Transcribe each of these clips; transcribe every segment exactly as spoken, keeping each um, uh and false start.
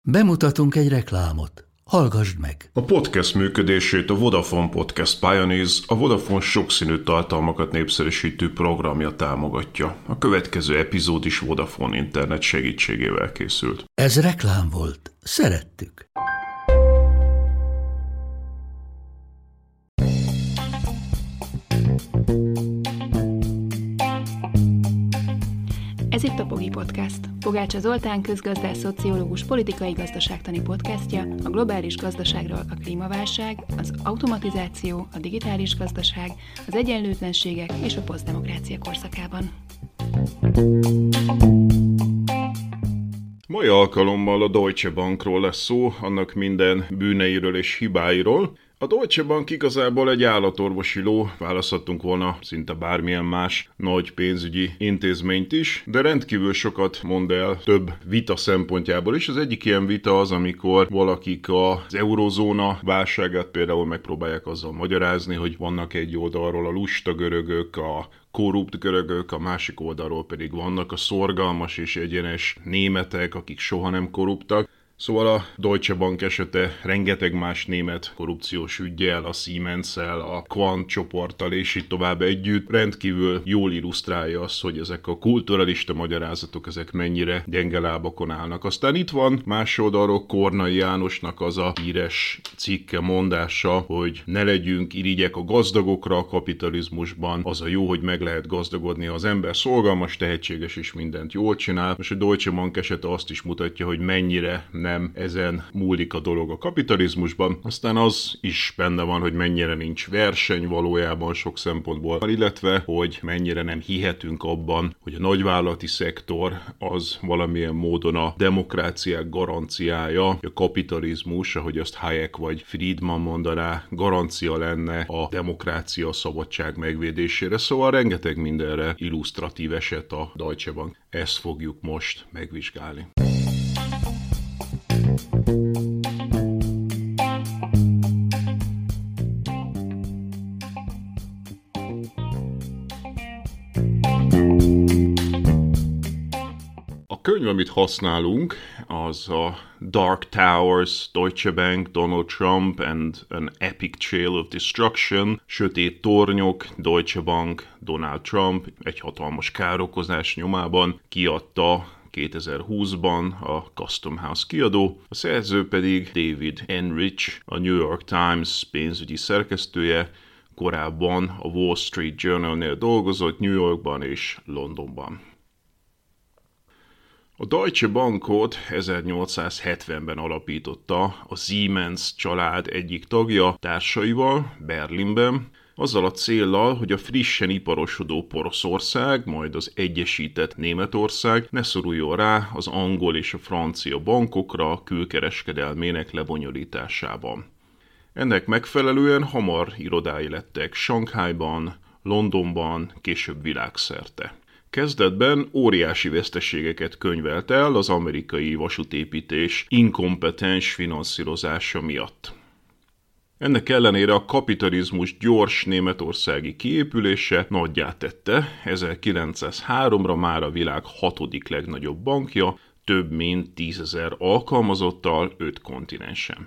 Bemutatunk egy reklámot. Hallgassd meg! A podcast működését a Vodafone Podcast Pioneers, a Vodafone sokszínű tartalmakat népszerűsítő programja támogatja. A következő epizód is Vodafone internet segítségével készült. Ez reklám volt. Szerettük. Ez itt a Pogi Podcast. Pogácsa Zoltán közgazdász, szociológus, politikai gazdaságtani podcastja a globális gazdaságról a klímaválság, az automatizáció, a digitális gazdaság, az egyenlőtlenségek és a posztdemokrácia korszakában. Mai alkalommal a Deutsche Bankról lesz szó, annak minden bűneiről és hibáiról. A Deutsche Bank igazából egy állatorvosi ló, választhattunk volna szinte bármilyen más nagy pénzügyi intézményt is, de rendkívül sokat mond el több vita szempontjából is. Az egyik ilyen vita az, amikor valakik az eurózóna válságát például megpróbálják azzal magyarázni, hogy vannak egy oldalról a lusta görögök, a korrupt görögök, a másik oldalról pedig vannak a szorgalmas és egyenes németek, akik soha nem korruptak. Szóval a Deutsche Bank esete rengeteg más német korrupciós üggyel, a Siemens-szel, a Quant csoporttal és így tovább együtt rendkívül jól illusztrálja azt, hogy ezek a kulturalista magyarázatok ezek mennyire gyenge lábakon állnak. Aztán itt van más oldalról Kornai Jánosnak az a híres cikke mondása, hogy ne legyünk irigyek a gazdagokra a kapitalizmusban, az a jó, hogy meg lehet gazdagodni, az ember szolgalmas, tehetséges és mindent jól csinál. Most a Deutsche Bank esete azt is mutatja, hogy mennyire nem ezen múlik a dolog a kapitalizmusban. Aztán az is benne van, hogy mennyire nincs verseny valójában sok szempontból, illetve hogy mennyire nem hihetünk abban, hogy a nagyvállalati szektor az valamilyen módon a demokráciák garanciája, a kapitalizmus, ahogy azt Hayek vagy Friedman mondaná, garancia lenne a demokrácia, a szabadság megvédésére. Szóval rengeteg mindenre illusztratív eset a Deutsche Bank. Ezt fogjuk most megvizsgálni. A könyv, amit használunk, az a Dark Towers, Deutsche Bank, Donald Trump and an Epic Trail of Destruction, Sötét tornyok, Deutsche Bank, Donald Trump, egy hatalmas károkozás nyomában kiadta kétezer-húszban a Custom House kiadó, a szerző pedig David Enrich, a New York Times pénzügyi szerkesztője, korábban a Wall Street Journal-nél dolgozott New Yorkban és Londonban. A Deutsche Bankot ezernyolcszázhetvenben alapította a Siemens család egyik tagja társaival Berlinben, azzal a céllal, hogy a frissen iparosodó Poroszország, majd az egyesített Németország ne szoruljon rá az angol és a francia bankokra külkereskedelmének lebonyolításában. Ennek megfelelően hamar irodái lettek Sanghajban, Londonban, később világszerte. Kezdetben óriási veszteségeket könyvelt el az amerikai vasútépítés inkompetens finanszírozása miatt. Ennek ellenére a kapitalizmus gyors németországi kiépülése nagyjá tette, ezerkilencszázháromra már a világ hatodik legnagyobb bankja, több mint tízezer alkalmazottal öt kontinensen.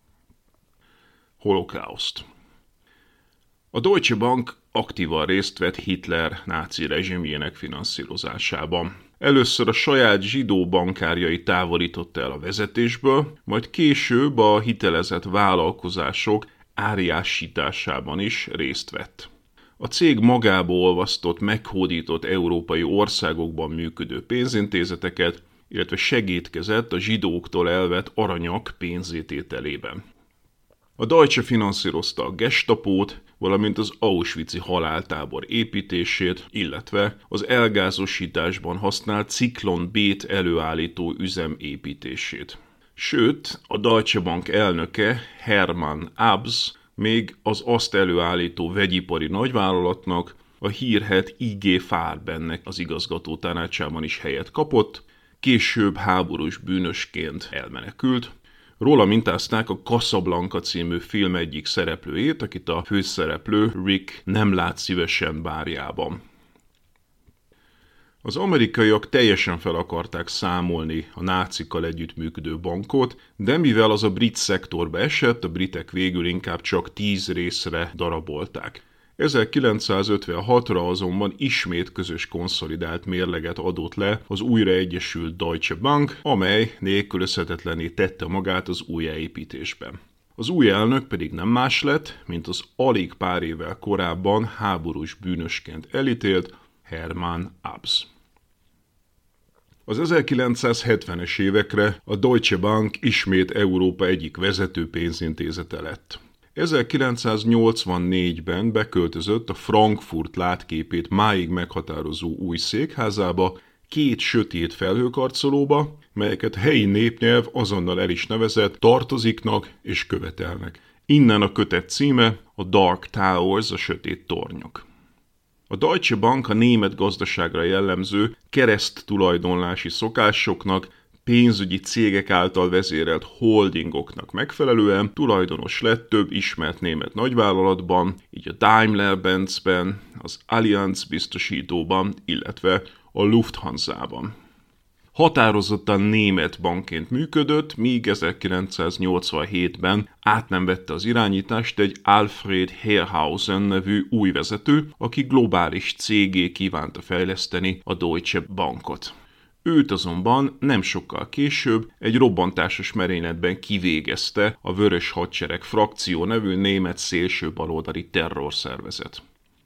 Holokauszt. A Deutsche Bank aktívan részt vett Hitler náci rezsimjének finanszírozásában. Először a saját zsidó bankárjai távolította el a vezetésből, majd később a hitelezett vállalkozások áriásításában is részt vett. A cég magába olvasztott, meghódított európai országokban működő pénzintézeteket, illetve segédkezett a zsidóktól elvett aranyak pénzétételében. A Deutsche finanszírozta a Gestapót, valamint az auschwitzi haláltábor építését, illetve az elgázosításban használt Ciklon B-t előállító üzem építését. Sőt, a Deutsche Bank elnöke Hermann Abs még az azt előállító vegyipari nagyvállalatnak, a hírhedt I G Farbennek az igazgató tanácsában is helyet kapott, később háborús bűnösként elmenekült. Róla mintázták a Casablanca című film egyik szereplőjét, akit a főszereplő Rick nem lát szívesen bárjában. Az amerikaiak teljesen fel akarták számolni a nácikkal együttműködő bankot, de mivel az a brit szektorba esett, a britek végül inkább csak tíz részre darabolták. ezerkilencszázötvenhatra azonban ismét közös konszolidált mérleget adott le az újraegyesült Deutsche Bank, amely nélkülözhetetlenné tette magát az újjáépítésben. Az új elnök pedig nem más lett, mint az alig pár évvel korábban háborús bűnösként elítélt Hermann Abs. Az ezerkilencszázhetvenes évekre a Deutsche Bank ismét Európa egyik vezető pénzintézete lett. ezerkilencszáznyolcvannégyben beköltözött a Frankfurt látképét máig meghatározó új székházába, két sötét felhőkarcolóba, melyeket helyi népnyelv azonnal el is nevezett tartoziknak és követelnek. Innen a kötet címe a Dark Towers, a sötét tornyok. A Deutsche Bank a német gazdaságra jellemző kereszt tulajdonlási szokásoknak, pénzügyi cégek által vezérelt holdingoknak megfelelően tulajdonos lett több ismert német nagyvállalatban, így a Daimler-Benzben, az Allianz biztosítóban, illetve a Lufthansa-ban. Határozottan német bankként működött, míg ezerkilencszáznyolcvanhétben át nem vette az irányítást egy Alfred Herrhausen nevű új vezető, aki globális céggé kívánta fejleszteni a Deutsche Bankot. Őt azonban nem sokkal később egy robbantásos merényletben kivégezte a Vörös Hadsereg frakció nevű német szélső baloldali terrorszervezet.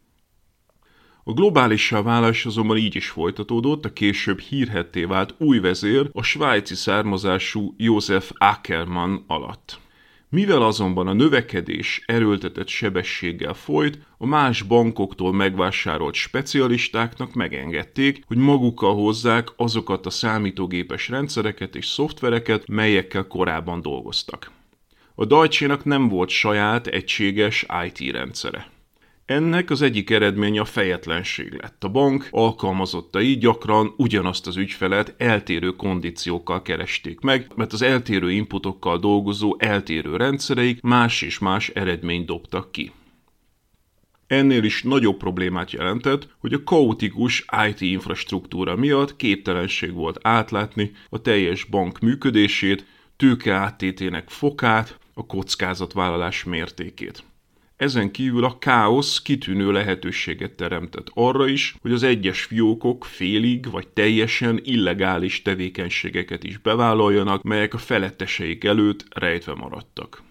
A globálissá válás azonban így is folytatódott, a később hírhedté vált új vezér a svájci származású Josef Ackermann alatt. Mivel azonban a növekedés erőltetett sebességgel folyt, a más bankoktól megvásárolt specialistáknak megengedték, hogy magukkal hozzák azokat a számítógépes rendszereket és szoftvereket, melyekkel korábban dolgoztak. A Deutsche-nak nem volt saját, egységes i té rendszere. Ennek az egyik eredménye a fejetlenség lett. A bank alkalmazottai gyakran ugyanazt az ügyfelet eltérő kondíciókkal keresték meg, mert az eltérő inputokkal dolgozó eltérő rendszereik más és más eredményt dobtak ki. Ennél is nagyobb problémát jelentett, hogy a kaotikus i té infrastruktúra miatt képtelenség volt átlátni a teljes bank működését, tőke áttétének fokát, a kockázatvállalás mértékét. Ezen kívül a káosz kitűnő lehetőséget teremtett arra is, hogy az egyes fiókok félig vagy teljesen illegális tevékenységeket is bevállaljanak, melyek a feletteseik előtt rejtve maradtak.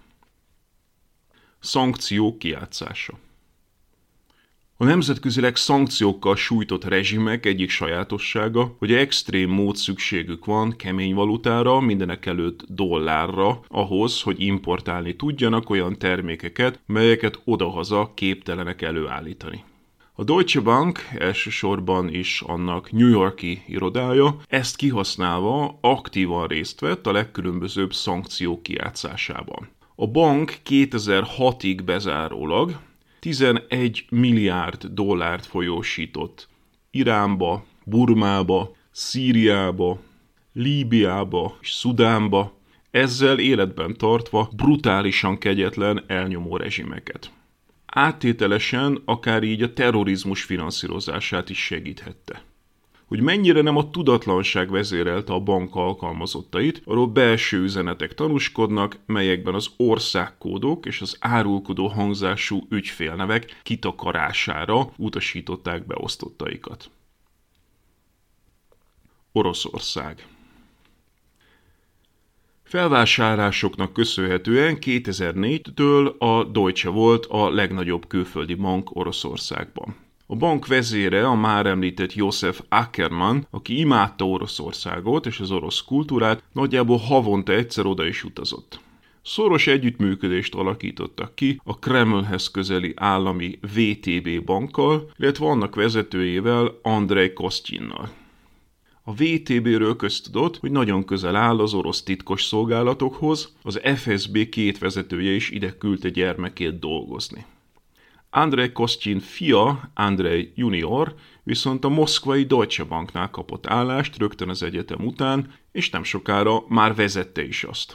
Szankciók kijátszása. A nemzetközileg szankciókkal sújtott rezsimek egyik sajátossága, hogy extrém mód szükségük van kemény valutára, mindenekelőtt dollárra, ahhoz, hogy importálni tudjanak olyan termékeket, melyeket odahaza képtelenek előállítani. A Deutsche Bank, elsősorban is annak New York-i irodája, ezt kihasználva aktívan részt vett a legkülönbözőbb szankciók kijátszásában. A bank kétezer-hatig bezárólag tizenegy milliárd dollárt folyósított Iránba, Burmába, Szíriába, Líbiába és Szudánba, ezzel életben tartva brutálisan kegyetlen elnyomó rezsimeket. Áttételesen akár így a terrorizmus finanszírozását is segíthette. Hogy mennyire nem a tudatlanság vezérelte a bank alkalmazottait, arról belső üzenetek tanúskodnak, melyekben az országkódok és az árulkodó hangzású ügyfélnevek kitakarására utasították beosztottaikat. Oroszország. Felvásárlásoknak köszönhetően kétezer-négytől a Deutsche volt a legnagyobb külföldi bank Oroszországban. A bank vezére a már említett Josef Ackermann, aki imádta Oroszországot és az orosz kultúrát, nagyjából havonta egyszer oda is utazott. Szoros együttműködést alakítottak ki a Kremlhez közeli állami vé té bé bankkal, illetve annak vezetőjével, Andrej Kostyinnal. A vé té béről köztudott, hogy nagyon közel áll az orosz titkos szolgálatokhoz, az ef es bé két vezetője is ide küldte gyermekét dolgozni. Andrej Kostyin fia, Andrej junior, viszont a moszkvai Deutsche Banknál kapott állást rögtön az egyetem után, és nem sokára már vezette is azt.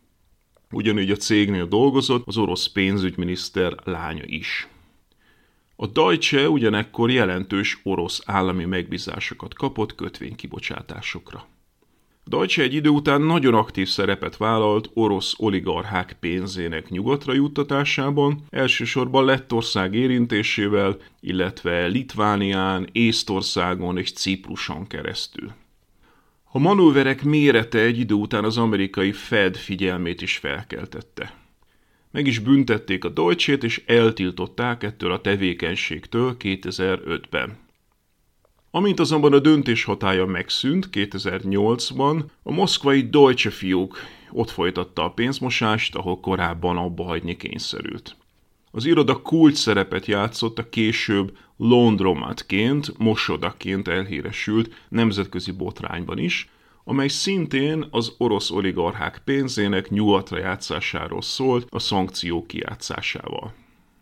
Ugyanígy a cégnél dolgozott az orosz pénzügyminiszter lánya is. A Deutsche ugyanekkor jelentős orosz állami megbízásokat kapott kötvénykibocsátásokra. A Deutsche egy idő után nagyon aktív szerepet vállalt orosz oligarchák pénzének nyugatra juttatásában, elsősorban Lettország érintésével, illetve Litvánián, Észtországon és Cipruson keresztül. A manőverek mérete egy idő után az amerikai Fed figyelmét is felkeltette. Meg is büntették a Deutsche-t és eltiltották ettől a tevékenységtől kétezer-ötben. Amint azonban a döntés hatálya megszűnt kétezer-nyolcban, a moszkvai Deutsche fiók ott folytatta a pénzmosást, ahol korábban abbahagyni kényszerült. Az iroda kulcs szerepet játszott a később laundromatként, mosodaként elhíresült nemzetközi botrányban is, amely szintén az orosz oligarchák pénzének nyugatra játszásáról szólt a szankciók kijátszásával.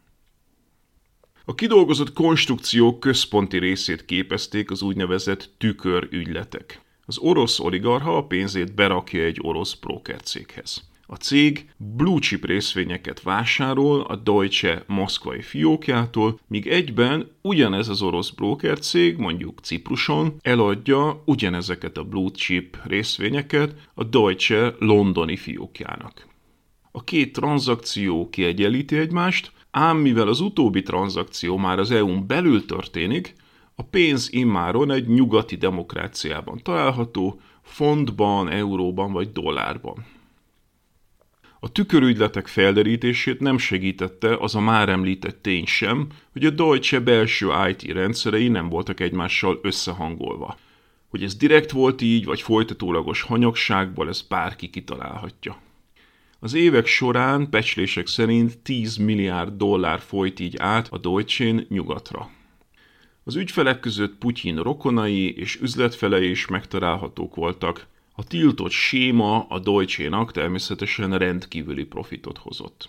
A kidolgozott konstrukciók központi részét képezték az úgynevezett tükörügyletek. Az orosz oligarcha a pénzét berakja egy orosz brókercéghez. A cég blue chip részvényeket vásárol a Deutsche moszkvai fiókjától, míg egyben ugyanez az orosz brókercég, mondjuk Cipruson, eladja ugyanezeket a blue chip részvényeket a Deutsche londoni fiókjának. A két tranzakció kiegyenlíti egymást, ám mivel az utóbbi tranzakció már az é u-n belül történik, a pénz immáron egy nyugati demokráciában található, fontban, euróban vagy dollárban. A tükörügyletek felderítését nem segítette az a már említett tény sem, hogy a Deutsche belső i té rendszerei nem voltak egymással összehangolva. Hogy ez direkt volt így, vagy folytatólagos hanyagságból, ez bárki kitalálhatja. Az évek során becslések szerint tíz milliárd dollár folyt így át a Deutschen nyugatra. Az ügyfelek között Putyin rokonai és üzletfelei is megtalálhatók voltak. A tiltott séma a Deutsche-nak természetesen rendkívüli profitot hozott.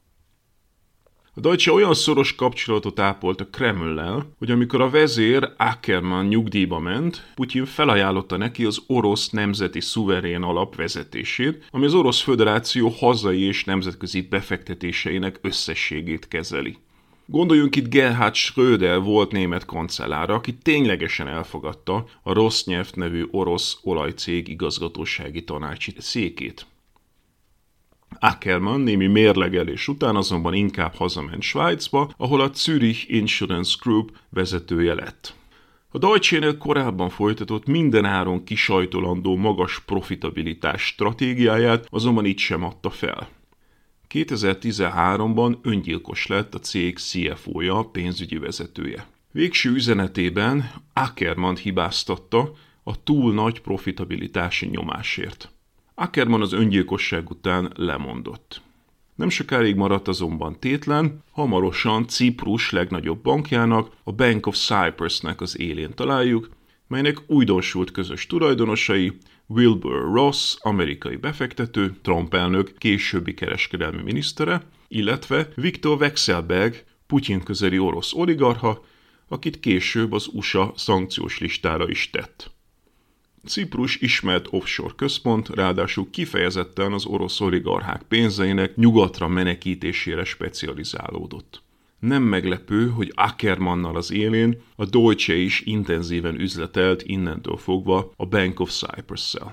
A Deutsche olyan szoros kapcsolatot ápolt a Kremllel, hogy amikor a vezér Ackermann nyugdíjba ment, Putyin felajánlotta neki az orosz nemzeti szuverén alap vezetését, ami az Orosz Föderáció hazai és nemzetközi befektetéseinek összességét kezeli. Gondoljunk itt Gerhard Schröder volt német kancellára, aki ténylegesen elfogadta a Rosneft nevű orosz olajcég igazgatósági tanácsi székét. Ackermann némi mérlegelés után azonban inkább hazament Svájcba, ahol a Zürich Insurance Group vezetője lett. A Deutsche-nél korábban folytatott mindenáron kisajtolandó magas profitabilitás stratégiáját azonban itt sem adta fel. kétezer-tizenháromban öngyilkos lett a cég cé ef ó-ja, pénzügyi vezetője. Végső üzenetében Ackermann hibáztatta a túl nagy profitabilitási nyomásért. Ackermann az öngyilkosság után lemondott. Nem sokáig maradt azonban tétlen, hamarosan Ciprus legnagyobb bankjának, a Bank of Cyprusnek az élén találjuk, melynek újdonsult közös tulajdonosai Wilbur Ross, amerikai befektető, Trump elnök későbbi kereskedelmi minisztere, illetve Viktor Vekselberg, Putyin közeli orosz oligarcha, akit később az u es á szankciós listára is tett. Ciprus ismert offshore központ, ráadásul kifejezetten az orosz oligarchák pénzeinek nyugatra menekítésére specializálódott. Nem meglepő, hogy Ackermannnal az élén a Deutsche is intenzíven üzletelt innentől fogva a Bank of Cyprus-szel.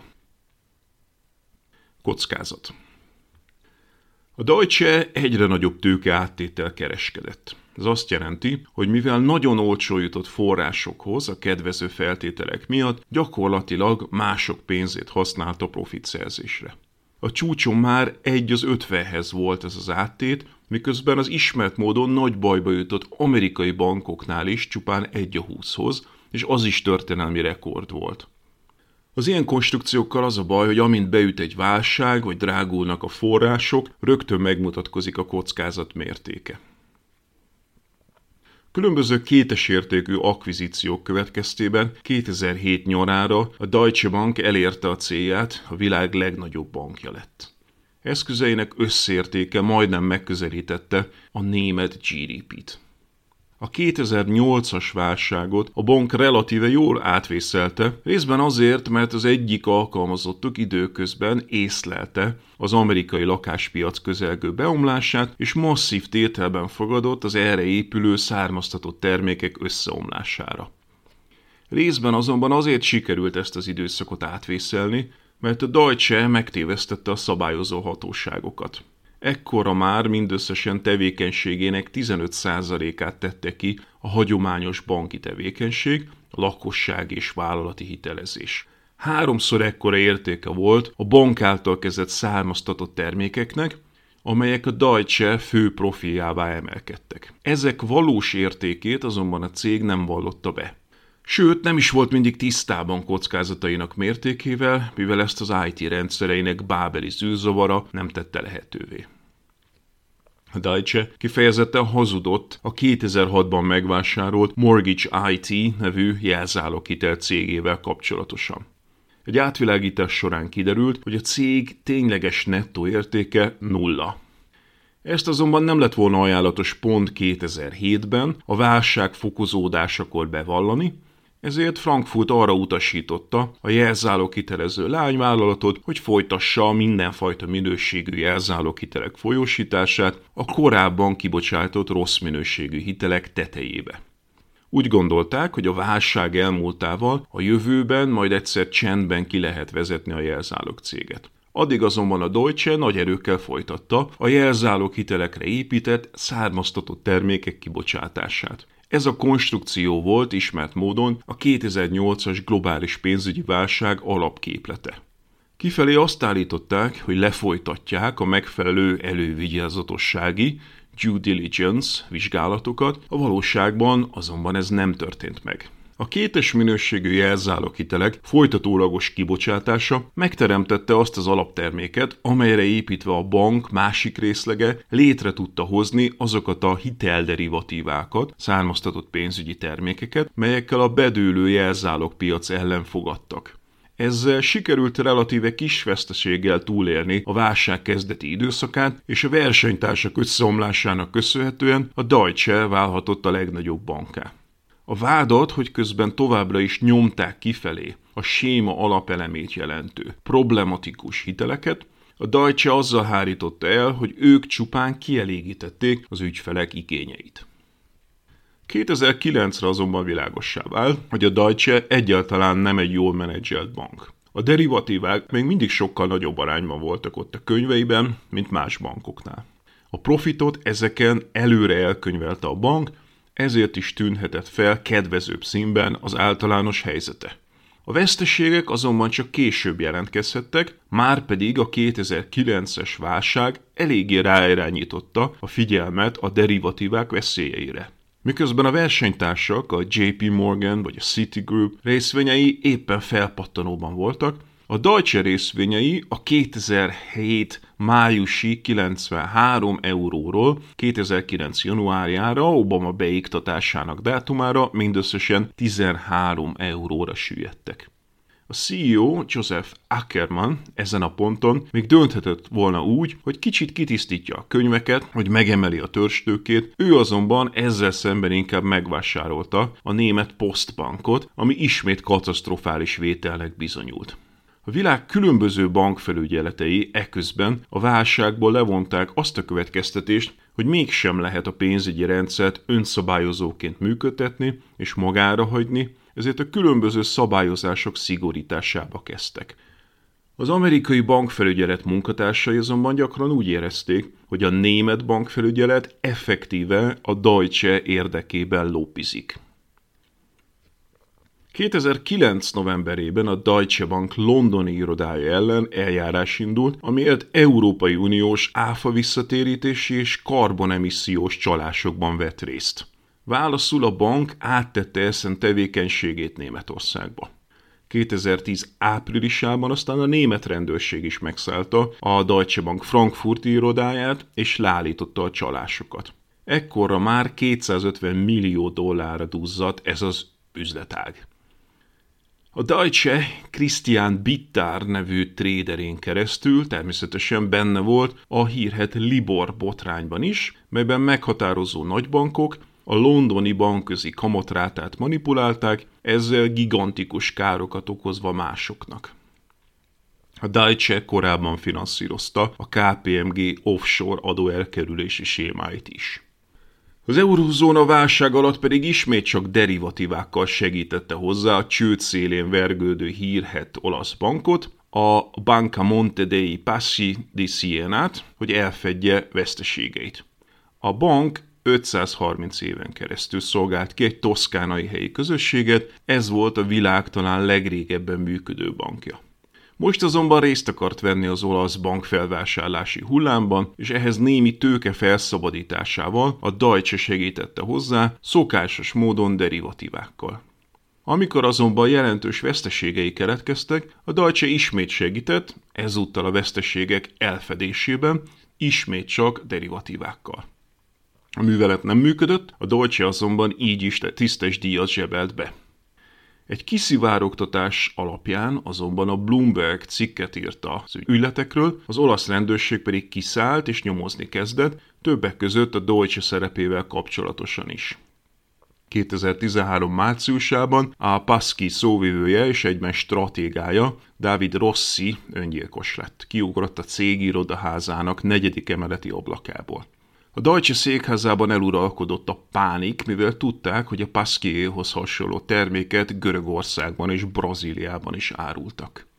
Kockázat. A Deutsche egyre nagyobb tőke áttéttel kereskedett. Ez azt jelenti, hogy mivel nagyon olcsó jutott forrásokhoz a kedvező feltételek miatt, gyakorlatilag mások pénzét használta profitszerzésre. A csúcson már egy az ötvenhez volt ez az áttét, miközben az ismert módon nagy bajba jutott amerikai bankoknál is csupán egy a húszhoz, és az is történelmi rekord volt. Az ilyen konstrukciókkal az a baj, hogy amint beüt egy válság, vagy drágulnak a források, rögtön megmutatkozik a kockázat mértéke. Különböző kétesértékű akvizíciók következtében kétezer-hét nyarára a Deutsche Bank elérte a célját, a világ legnagyobb bankja lett. Eszközeinek összértéke majdnem megközelítette a német gé dé pét. A kétezer-nyolcas válságot a bank relatíve jól átvészelte, részben azért, mert az egyik alkalmazottuk időközben észlelte az amerikai lakáspiac közelgő beomlását, és masszív tételben fogadott az erre épülő származtatott termékek összeomlására. Részben azonban azért sikerült ezt az időszakot átvészelni, mert a Deutsche megtévesztette a szabályozó hatóságokat. Ekkora már mindösszesen tevékenységének tizenöt százalékát tette ki a hagyományos banki tevékenység, a lakosság és vállalati hitelezés. Háromszor ekkora értéke volt a bank által kezelt származtatott termékeknek, amelyek a Deutsche fő profiljává emelkedtek. Ezek valós értékét azonban a cég nem vallotta be. Sőt, nem is volt mindig tisztában kockázatainak mértékével, mivel ezt az i té rendszereinek bábeli zűrzavara nem tette lehetővé. A Deutsche kifejezetten hazudott a kétezer-hatban megvásárolt Mortgage i té nevű jelzáloghitel cégével kapcsolatosan. Egy átvilágítás során kiderült, hogy a cég tényleges nettó értéke nulla. Ezt azonban nem lett volna ajánlatos pont kétezer-hétben a válság fokozódásakor bevallani, ezért Frankfurt arra utasította a jelzáloghitelező lányvállalatot, hogy folytassa mindenfajta minőségű jelzáloghitelek folyósítását a korábban kibocsátott rossz minőségű hitelek tetejébe. Úgy gondolták, hogy a válság elmúltával a jövőben majd egyszer csendben ki lehet vezetni a jelzálogcéget. Addig azonban a Deutsche nagy erőkkel folytatta a jelzáloghitelekre épített, származtatott termékek kibocsátását. Ez a konstrukció volt ismert módon a kétezer-nyolcas globális pénzügyi válság alapképlete. Kifelé azt állították, hogy lefolytatják a megfelelő elővigyázatossági, due diligence vizsgálatokat, a valóságban azonban ez nem történt meg. A kétes minőségű jelzáloghitelek folytatólagos kibocsátása megteremtette azt az alapterméket, amelyre építve a bank másik részlege létre tudta hozni azokat a hitelderivatívákat, származtatott pénzügyi termékeket, melyekkel a bedőlő jelzálogpiac ellen fogadtak. Ezzel sikerült relatíve kis veszteséggel túlélni a válság kezdeti időszakát, és a versenytársak összeomlásának köszönhetően a Deutsche válhatott a legnagyobb banká. A vádat, hogy közben továbbra is nyomták kifelé a séma alapelemét jelentő problematikus hiteleket, a Deutsche azzal hárította el, hogy ők csupán kielégítették az ügyfelek igényeit. kétezer-kilencre azonban világossá vált, hogy a Deutsche egyáltalán nem egy jól menedzselt bank. A derivatívák még mindig sokkal nagyobb arányban voltak ott a könyveiben, mint más bankoknál. A profitot ezeken előre elkönyvelte a bank, ezért is tűnhetett fel kedvezőbb színben az általános helyzete. A veszteségek azonban csak később jelentkezhettek, márpedig a kétezer-kilences válság eléggé ráirányította a figyelmet a derivatívák veszélyeire. Miközben a versenytársak, a jé pé Morgan vagy a Citigroup részvényei éppen felpattanóban voltak, a Deutsche részvényei a kétezer-hét májusi kilencvenhárom euróról kétezer-kilenc januárjára, Obama beiktatásának dátumára mindösszesen tizenhárom euróra süllyedtek. A cé e o Joseph Ackerman ezen a ponton még dönthetett volna úgy, hogy kicsit kitisztítja a könyveket, hogy megemeli a törzstőkét, ő azonban ezzel szemben inkább megvásárolta a német Postbankot, ami ismét katasztrofális vételnek bizonyult. A világ különböző bankfelügyeletei eközben a válságból levonták azt a következtetést, hogy mégsem lehet a pénzügyi rendszert önszabályozóként működtetni és magára hagyni, ezért a különböző szabályozások szigorításába kezdtek. Az amerikai bankfelügyelet munkatársai azonban gyakran úgy érezték, hogy a német bankfelügyelet effektíve a Deutsche érdekében lópizik. kétezer-kilenc novemberében a Deutsche Bank londoni irodája ellen eljárás indult, amiért Európai Uniós áfa visszatérítési és karbonemissziós csalásokban vett részt. Válaszul a bank áttette ezen tevékenységét Németországba. kétezer-tíz áprilisában aztán a német rendőrség is megszállta a Deutsche Bank frankfurti irodáját, és leállította a csalásokat. Ekkorra már kétszázötven millió dollárra duzzadt ez az üzletág. A Deutsche Christian Bittár nevű tréderén keresztül természetesen benne volt a hírhedt Libor botrányban is, melyben meghatározó nagybankok a londoni bankközi kamatrátát manipulálták, ezzel gigantikus károkat okozva másoknak. A Deutsche korábban finanszírozta a ká pé em gé offshore adóelkerülési sémáit is. Az eurózóna válság alatt pedig ismét csak derivatívákkal segítette hozzá a csőd szélén vergődő hírhedt olasz bankot, a Banca Monte dei Paschi di Sienát, hogy elfedje veszteségeit. A bank ötszázharminc éven keresztül szolgált ki egy toszkánai helyi közösséget, ez volt a világ talán legrégebben működő bankja. Most azonban részt akart venni az olasz bankfelvásárlási hullámban, és ehhez némi tőke felszabadításával a Deutsche segítette hozzá, szokásos módon derivatívákkal. Amikor azonban jelentős veszteségei keletkeztek, a Deutsche ismét segített, ezúttal a veszteségek elfedésében, ismét csak derivatívákkal. A művelet nem működött, a Deutsche azonban így is tisztes díjat zsebelt be. Egy kiszivárogtatás alapján azonban a Bloomberg cikket írta az ügyletekről, az olasz rendőrség pedig kiszállt és nyomozni kezdett, többek között a Deutsche szerepével kapcsolatosan is. kétezer-tizenhárom márciusában a Paschi szóvivője és egyben stratégája, David Rossi öngyilkos lett. Kiugrott a cég irodaházának negyedik emeleti ablakából. A Deutsche székházában eluralkodott a pánik, mivel tudták, hogy a Paschiéhoz hasonló terméket Görögországban és Brazíliában is árultak.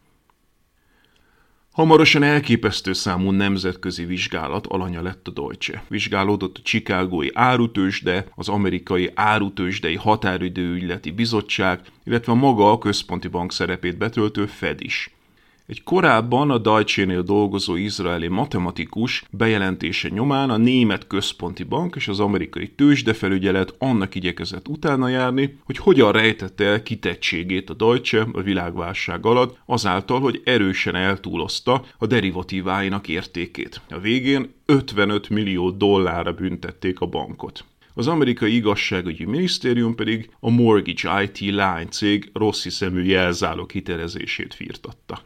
Hamarosan elképesztő számú nemzetközi vizsgálat alanya lett a Deutsche. Vizsgálódott a chicagói árutőzsde, az amerikai árutőzsdei határidőügyleti bizottság, illetve maga a központi bank szerepét betöltő Fed is. Egy korábban a Deutsche-nél dolgozó izraeli matematikus bejelentése nyomán a német központi bank és az amerikai tőzsdefelügyelet annak igyekezett utána járni, hogy hogyan rejtette el kitettségét a Deutsche a világválság alatt, azáltal, hogy erősen eltúlozta a derivatíváinak értékét. A végén ötvenöt millió dollárra büntették a bankot. Az amerikai igazságügyi minisztérium pedig a Mortgage i té lánycég rossz hiszemű jelzálog hitelezését firtatta.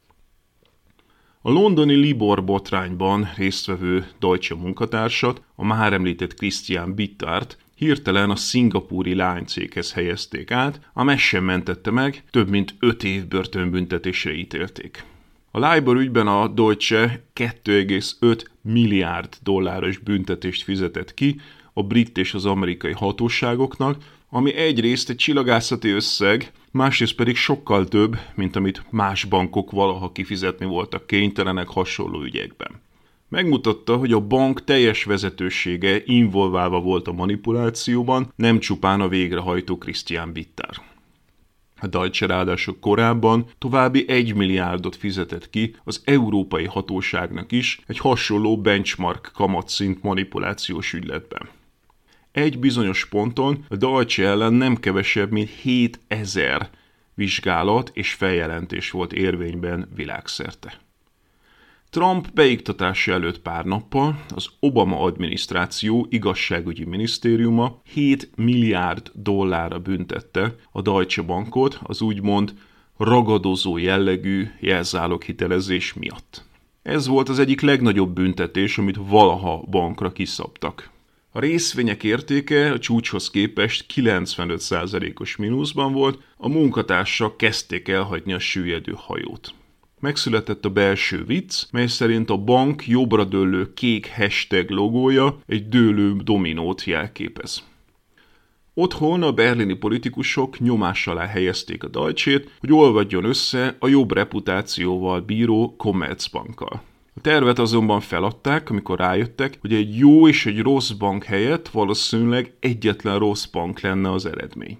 A londoni Libor botrányban résztvevő Deutsche munkatársat, a már említett Christian Bittart hirtelen a szingapúri lánycéghez helyezték át, amely sem mentette meg, több mint öt év börtönbüntetésre ítélték. A Libor ügyben a Deutsche két egész öt milliárd dolláros büntetést fizetett ki a brit és az amerikai hatóságoknak, ami egyrészt egy csillagászati összeg, másrészt pedig sokkal több, mint amit más bankok valaha kifizetni voltak kénytelenek hasonló ügyekben. Megmutatta, hogy a bank teljes vezetősége involválva volt a manipulációban, nem csupán a végrehajtó Christian Bitter. A Deutsche ráadásul korábban további egy milliárdot fizetett ki az európai hatóságnak is egy hasonló benchmark kamatszint manipulációs ügyletben. Egy bizonyos ponton a Deutsche ellen nem kevesebb, mint hétezer vizsgálat és feljelentés volt érvényben világszerte. Trump beiktatása előtt pár nappal az Obama adminisztráció igazságügyi minisztériuma hét milliárd dollárra büntette a Deutsche Bankot az úgymond ragadozó jellegű jelzáloghitelezés miatt. Ez volt az egyik legnagyobb büntetés, amit valaha bankra kiszabtak. A részvények értéke a csúcshoz képest kilencvenöt százalékos mínuszban volt, a munkatársak kezdték elhagyni a süllyedő hajót. Megszületett a belső vicc, mely szerint a bank jobbra dőlő kék hashtag logója egy dőlő dominót jelképez. Otthon a berlini politikusok nyomás alá helyezték a Deutsche-t, hogy olvadjon össze a jobb reputációval bíró Commerzbankkal. A tervet azonban feladták, amikor rájöttek, hogy egy jó és egy rossz bank helyett valószínűleg egyetlen rossz bank lenne az eredmény.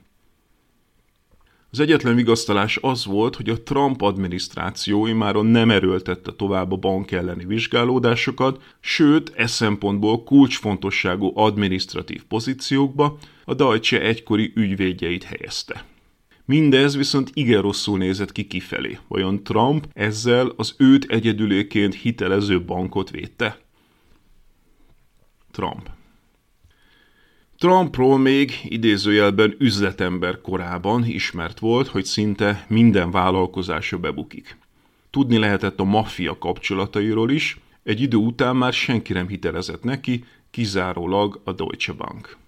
Az egyetlen vigasztalás az volt, hogy a Trump adminisztráció immáron nem erőltette tovább a bank elleni vizsgálódásokat, sőt, e szempontból kulcsfontosságú adminisztratív pozíciókba a Deutsche egykori ügyvédjeit helyezte. Mindez viszont igen rosszul nézett ki kifelé. Vajon Trump ezzel az őt egyedüléként hitelező bankot védte? Trump. Trumpról még idézőjelben üzletember korában ismert volt, hogy szinte minden vállalkozása bebukik. Tudni lehetett a maffia kapcsolatairól is, egy idő után már senki nem hitelezett neki, kizárólag a Deutsche Bank.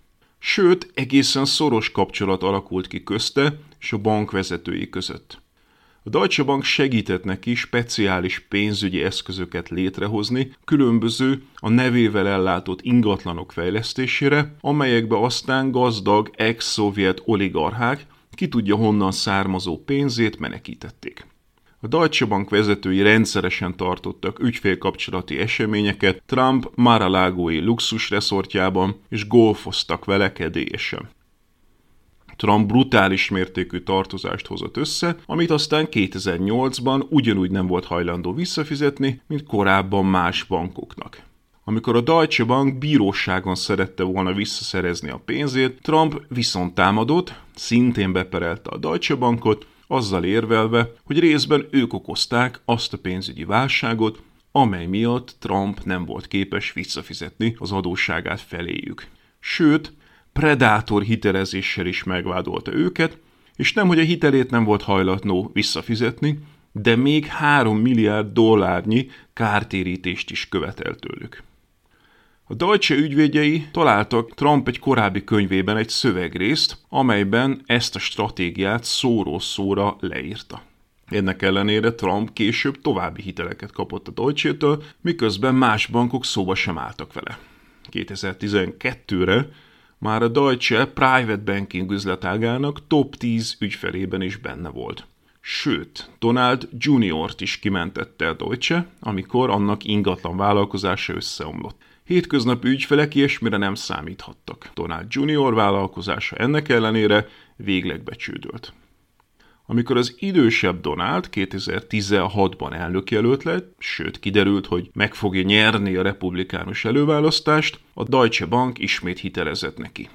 Sőt, egészen szoros kapcsolat alakult ki közte és a bank vezetői között. A Deutsche Bank segített neki speciális pénzügyi eszközöket létrehozni, különböző a nevével ellátott ingatlanok fejlesztésére, amelyekbe aztán gazdag ex-szovjet oligarchák ki tudja honnan származó pénzét menekítették. A Deutsche Bank vezetői rendszeresen tartottak ügyfélkapcsolati eseményeket Trump Mar-a-Lagói luxusreszortjában, és golfoztak vele kedélyesen. Trump brutális mértékű tartozást hozott össze, amit aztán kétezer-nyolcban ugyanúgy nem volt hajlandó visszafizetni, mint korábban más bankoknak. Amikor a Deutsche Bank bíróságon szerette volna visszaszerezni a pénzét, Trump viszont támadott, szintén beperelte a Deutsche Bankot, azzal érvelve, hogy részben ők okozták azt a pénzügyi válságot, amely miatt Trump nem volt képes visszafizetni az adósságát feléjük. Sőt, predátor hitelezéssel is megvádolta őket, és nemhogy a hitelét nem volt hajlandó visszafizetni, de még három milliárd dollárnyi kártérítést is követelt tőlük. A Deutsche ügyvédjei találtak Trump egy korábbi könyvében egy szövegrészt, amelyben ezt a stratégiát szóról szóra leírta. Ennek ellenére Trump később további hiteleket kapott a Deutsche-től, miközben más bankok szóba sem álltak vele. kétezer-tizenkettőre már a Deutsche private banking üzletágának top tíz ügyfelében is benne volt. Sőt, Donald juniort is kimentette a Deutsche, amikor annak ingatlan vállalkozása összeomlott. Hétköznapi ügyfelek ilyesmire nem számíthattak. Donald junior vállalkozása ennek ellenére végleg becsődölt. Amikor az idősebb Donald kétezer-tizenhatban elnökjelölt lett, sőt kiderült, hogy meg fogja nyerni a republikánus előválasztást, a Deutsche Bank ismét hitelezett neki.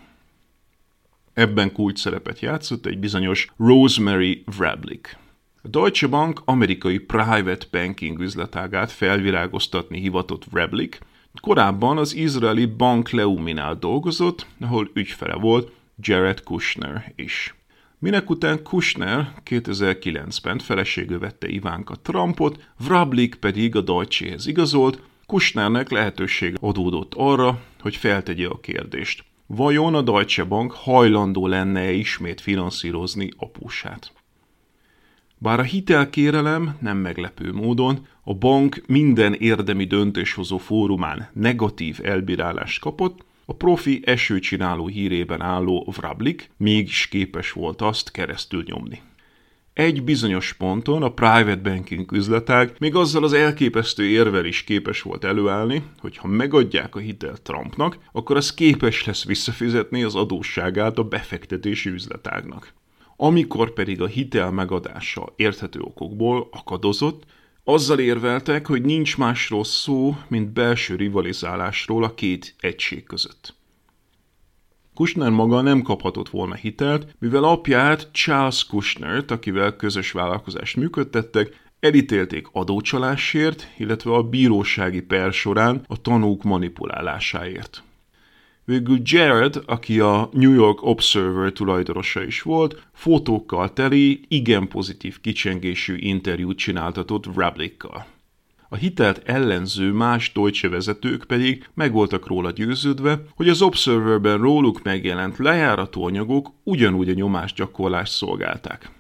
Ebben kulcsszerepet játszott egy bizonyos Rosemary Vrablic. A Deutsche Bank amerikai private banking üzletágát felvirágoztatni hivatott Vrablic, korábban az izraeli Bank Leuminál dolgozott, ahol ügyfele volt Jared Kushner is. Minekután Kushner kétezer-kilencben feleségül vette Ivanka Trumpot, Vrablic pedig a Deutsche-hez igazolt, Kushnernek lehetőség adódott arra, hogy feltegye a kérdést. Vajon a Deutsche Bank hajlandó lenne-e ismét finanszírozni apósát? Bár a hitelkérelem nem meglepő módon a bank minden érdemi döntéshozó fórumán negatív elbírálást kapott, a profi esőcsináló hírében álló Vrablic mégis képes volt azt keresztül nyomni. Egy bizonyos ponton a private banking üzletág még azzal az elképesztő érvel is képes volt előállni, hogy ha megadják a hitelt Trumpnak, akkor az képes lesz visszafizetni az adósságát a befektetési üzletágnak. Amikor pedig a hitel megadása érthető okokból akadozott, azzal érveltek, hogy nincs másról szó, mint belső rivalizálásról a két egység között. Kushner maga nem kaphatott volna hitelt, mivel apját, Charles Kushnert, akivel közös vállalkozást működtettek, elítélték adócsalásért, illetve a bírósági per során a tanúk manipulálásáért. Végül Jared, aki a New York Observer tulajdonosa is volt, fotókkal teli, igen pozitív kicsengésű interjút csináltatott Vrablic-kal. A hitelt ellenző más Deutsche vezetők pedig meg voltak róla győződve, hogy az Observerben róluk megjelent lejárató anyagok ugyanúgy a nyomásgyakorlást szolgálták.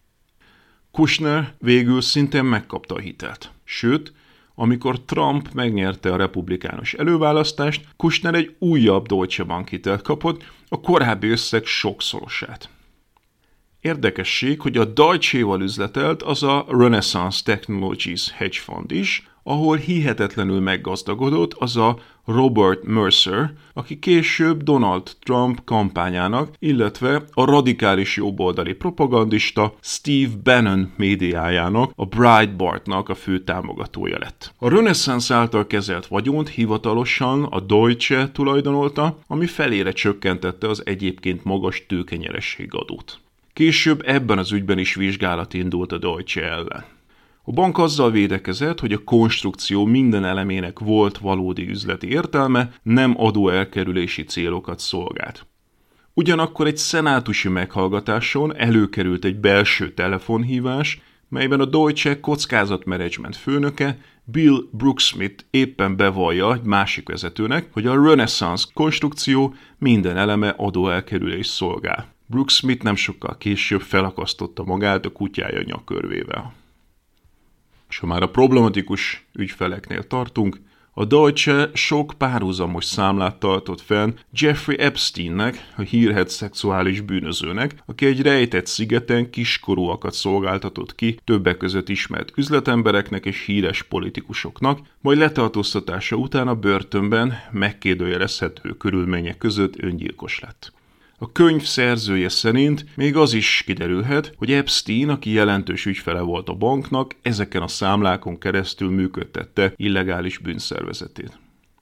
Kushner végül szintén megkapta a hitelt. Sőt, amikor Trump megnyerte a republikánus előválasztást, Kushner egy újabb Deutsche Bank hitelt kapott, a korábbi összeg sokszorosát. Érdekesség, hogy a Deutsche-val üzletelt az a Renaissance Technologies hedge fund is, ahol hihetetlenül meggazdagodott az a Robert Mercer, aki később Donald Trump kampányának, illetve a radikális jobboldali propagandista Steve Bannon médiájának, a Breitbartnak a fő támogatója lett. A Renaissance által kezelt vagyont hivatalosan a Deutsche tulajdonolta, ami felére csökkentette az egyébként magas tőkenyerességadót. Később ebben az ügyben is vizsgálat indult a Deutsche ellen. A bank azzal védekezett, hogy a konstrukció minden elemének volt valódi üzleti értelme, nem adóelkerülési célokat szolgált. Ugyanakkor egy szenátusi meghallgatáson előkerült egy belső telefonhívás, melyben a Deutsche kockázatmenedzsment főnöke Bill Brooksmith éppen bevallja egy másik vezetőnek, hogy a Renaissance konstrukció minden eleme adóelkerülés szolgál. Brooksmith nem sokkal később felakasztotta magát a kutyája nyakörvével. És ha már a problematikus ügyfeleknél tartunk, a Deutsche sok párhuzamos számlát tartott fenn Jeffrey Epsteinnek, a hírhedt szexuális bűnözőnek, aki egy rejtett szigeten kiskorúakat szolgáltatott ki többek között ismert üzletembereknek és híres politikusoknak, majd letartóztatása után a börtönben megkérdőjelezhető körülmények között öngyilkos lett. A könyv szerzője szerint még az is kiderülhet, hogy Epstein, aki jelentős ügyfele volt a banknak, ezeken a számlákon keresztül működtette illegális bűnszervezetét.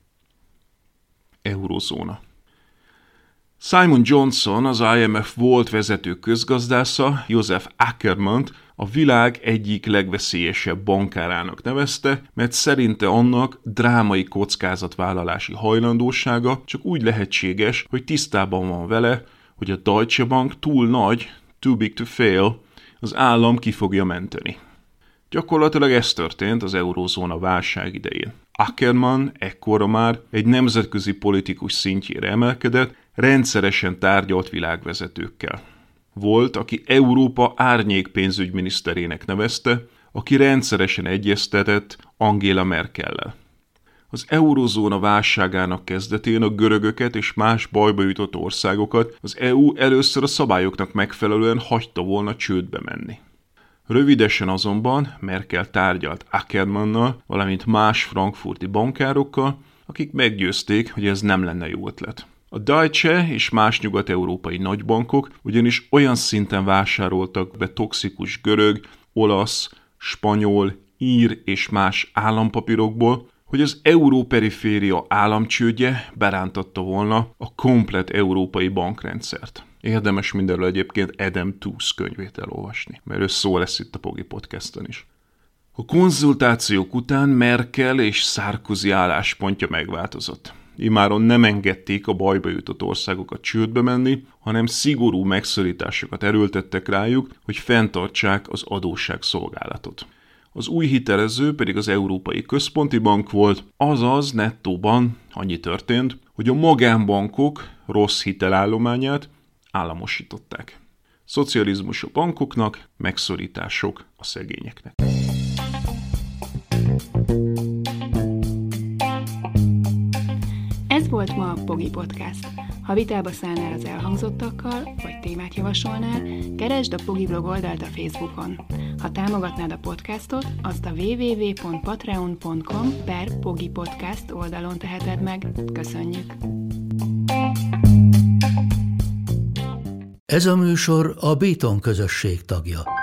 Eurozóna. Simon Johnson, az I M F volt vezető közgazdásza, Joseph Ackermann a világ egyik legveszélyesebb bankárának nevezte, mert szerinte annak drámai kockázatvállalási hajlandósága csak úgy lehetséges, hogy tisztában van vele, hogy a Deutsche Bank túl nagy, too big to fail, az állam ki fogja menteni. Gyakorlatilag ez történt az eurózóna válság idején. Ackermann ekkorra már egy nemzetközi politikus szintjére emelkedett, rendszeresen tárgyalt világvezetőkkel. Volt, aki Európa árnyék pénzügyminiszterének nevezte, aki rendszeresen egyeztetett Angela Merkellel. Az eurózóna válságának kezdetén a görögöket és más bajba jutott országokat az é u először a szabályoknak megfelelően hagyta volna csődbe menni. Rövidesen azonban Merkel tárgyalt Ackermannnal, valamint más frankfurti bankárokkal, akik meggyőzték, hogy ez nem lenne jó ötlet. A Deutsche és más nyugat-európai nagybankok ugyanis olyan szinten vásároltak be toxikus görög, olasz, spanyol, ír és más állampapírokból, hogy az európeriféria államcsődje berántatta volna a komplett európai bankrendszert. Érdemes mindenről egyébként Adam Tooze könyvét elolvasni, mert ő szó lesz itt a Pogi Podcasten is. A konzultációk után Merkel és Sarkozy álláspontja megváltozott. Imáron nem engedték a bajba jutott országokat csődbe menni, hanem szigorú megszorításokat erőltettek rájuk, hogy fenntartsák az adósságszolgálatot. Az új hitelező pedig az Európai Központi Bank volt, azaz nettóban annyi történt, hogy a magánbankok rossz hitelállományát államosították. Szocializmus a bankoknak, megszorítások a szegényeknek. Ez volt ma a Pogi Podcast. Ha vitába szállnál az elhangzottakkal, vagy témát javasolnál, keresd a Pogi blog oldalt a Facebookon. Ha támogatnád a podcastot, azt a double-u double-u double-u pont patreon pont com per Pogi Podcast oldalon teheted meg. Köszönjük! Ez a műsor a Béton közösség tagja.